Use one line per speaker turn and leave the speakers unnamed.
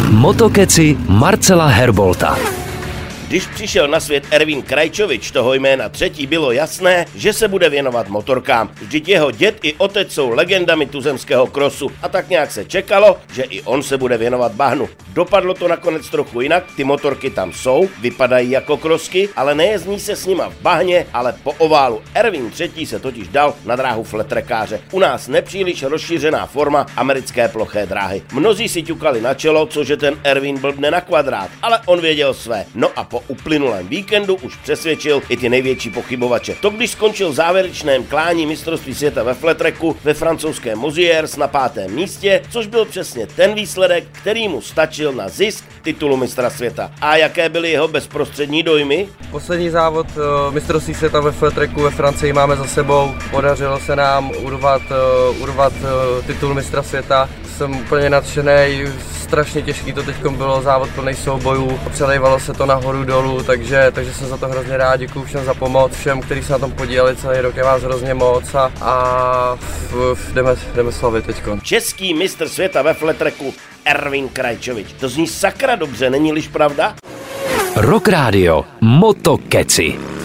Motokeci Marcela Herbolta.
Když přišel na svět Ervín Krajčovič, toho jména třetí, bylo jasné, že se bude věnovat motorkám. Vždyť jeho děd i otec jsou legendami tuzemského krosu a tak nějak se čekalo, že i on se bude věnovat bahnu. Dopadlo to nakonec trochu jinak, ty motorky tam jsou, vypadají jako krosky, ale nejezdí se s nima v bahně, ale po oválu. Ervín třetí se totiž dal na dráhu flattrackáře. U nás nepříliš rozšířená forma americké ploché dráhy. Mnozí si ťukali na čelo, cože ten Ervín blbne na kvadrát, ale on věděl své. No a po uplynulém víkendu už přesvědčil i ty největší pochybovače. To když skončil v závěrečném klání mistrovství světa ve flattracku ve francouzském Moziers na 5. místě, což byl přesně ten výsledek, který mu stačil na zisk titulu mistra světa. A jaké byly jeho bezprostřední dojmy?
Poslední závod mistrovství světa ve flattracku ve Francii máme za sebou. Podařilo se nám urvat titul mistra světa. Jsem úplně nadšený. Strašně těžký to teď bylo, závod plný soubojů, přelejvalo se to nahoru dolů, takže jsem za to hrozně rád, děkuju všem za pomoc, všem, kteří se na tom podíleli celý rok, je vás hrozně moc a jdeme slavit teďkon.
Český mistr světa ve flattracku Ervín Krajčovič. To zní sakra dobře, není-liž pravda?
Rock Radio Motokeci.